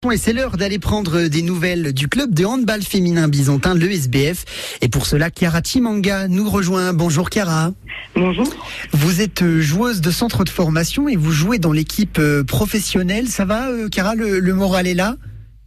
Et c'est l'heure d'aller prendre des nouvelles du club de handball féminin byzantin, le SBF. Et pour cela, Chiara Chimanga nous rejoint. Bonjour Chiara. Bonjour. Vous êtes joueuse de centre de formation et vous jouez dans l'équipe professionnelle. Ça va Chiara, le moral est là?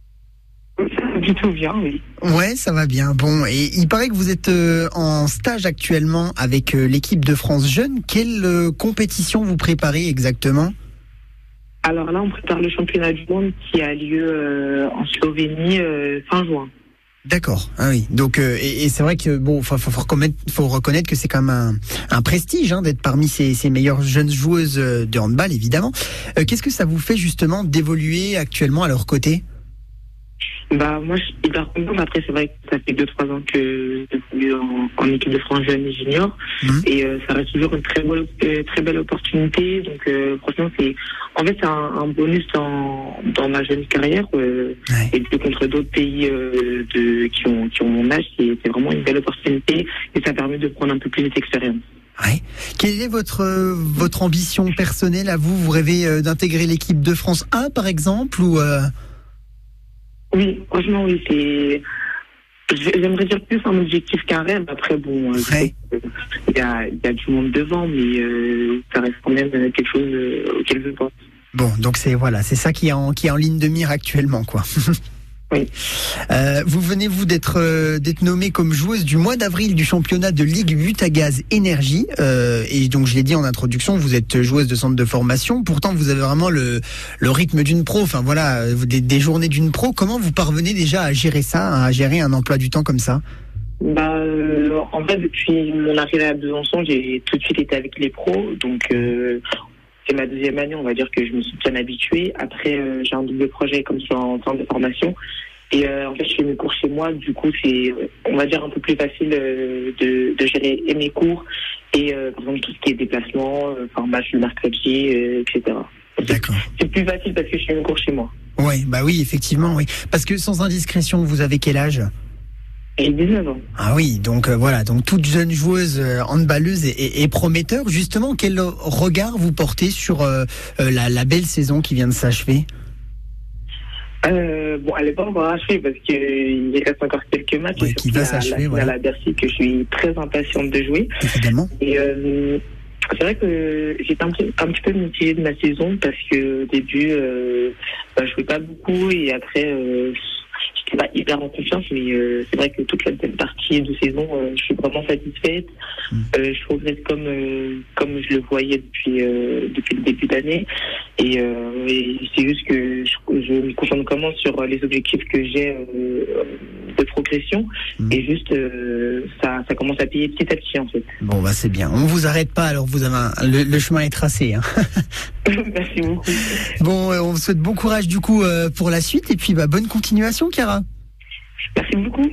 Du tout bien, oui. Ouais, ça va bien. Bon, et il paraît que vous êtes en stage actuellement avec l'équipe de France Jeune. Quelle compétition vous préparez exactement? Alors là, on prépare le championnat du monde qui a lieu en Slovénie fin juin. D'accord. Ah oui. Donc et c'est vrai que bon, faut reconnaître que c'est quand même un prestige d'être parmi ces meilleures jeunes joueuses de handball, évidemment. Qu'est-ce que ça vous fait justement d'évoluer actuellement à leur côté? Moi, je suis hyper contente. Après, c'est vrai que ça fait 2-3 ans que je suis en équipe de France Jeune et Junior. Et ça reste toujours une très belle opportunité. Donc, franchement, c'est un bonus dans ma jeune carrière. Et puis, contre d'autres pays qui ont mon âge, c'est vraiment une belle opportunité. Et ça permet de prendre un peu plus d'expérience. Ouais. Quelle est votre ambition personnelle à vous? Vous rêvez d'intégrer l'équipe de France 1, par exemple, ou Oui, franchement, oui, j'aimerais dire plus un objectif qu'un rêve. Après, bon, il y a du monde devant, mais ça reste quand même quelque chose auquel je pense. Bon, donc c'est ça qui est en ligne de mire actuellement, quoi. Oui. Vous venez d'être nommée comme joueuse du mois d'avril du championnat de Ligue Butagaz Énergie. Et donc je l'ai dit en introduction, vous êtes joueuse de centre de formation. Pourtant vous avez vraiment le rythme d'une pro. Enfin voilà, des journées d'une pro. Comment vous parvenez déjà à gérer ça, à gérer un emploi du temps comme ça? En fait, depuis mon arrivée à Besançon, j'ai tout de suite été avec les pros. Donc c'est ma deuxième année, on va dire que je me suis bien habituée. Après, j'ai un double projet comme ça en centre de formation. Et en fait, je fais mes cours chez moi. Du coup, c'est, on va dire, un peu plus facile de gérer mes cours. Et par exemple, tout ce qui est déplacement, match le mercredi, etc. D'accord. C'est plus facile parce que je fais mes cours chez moi. Oui, oui, effectivement, oui. Parce que sans indiscrétion, vous avez quel âge? Et 19 ans. Ah oui, donc donc toute jeune joueuse handballeuse et prometteur. Justement, quel regard vous portez sur la belle saison qui vient de s'achever? Elle n'est pas encore achevée parce qu'il reste encore quelques matchs. Oui, qui va s'achever, voilà. À Bercy que je suis très impatiente de jouer. Évidemment. Et c'est vrai que j'étais un petit peu mitigée de ma saison parce que au début, je jouais pas beaucoup et après, j'étais pas hyper en confiance, mais c'est vrai que toute la deuxième partie de saison, je suis vraiment satisfaite. Je progresse comme je le voyais depuis le début d'année. Et c'est juste que je me concentre comment sur les objectifs que j'ai de progression. Et juste, ça commence à payer petit à petit, en fait. Bon, c'est bien. On vous arrête pas, alors vous avez le chemin est tracé. Merci beaucoup. Bon, on vous souhaite bon courage du coup pour la suite et puis bonne continuation, Chiara. Merci beaucoup.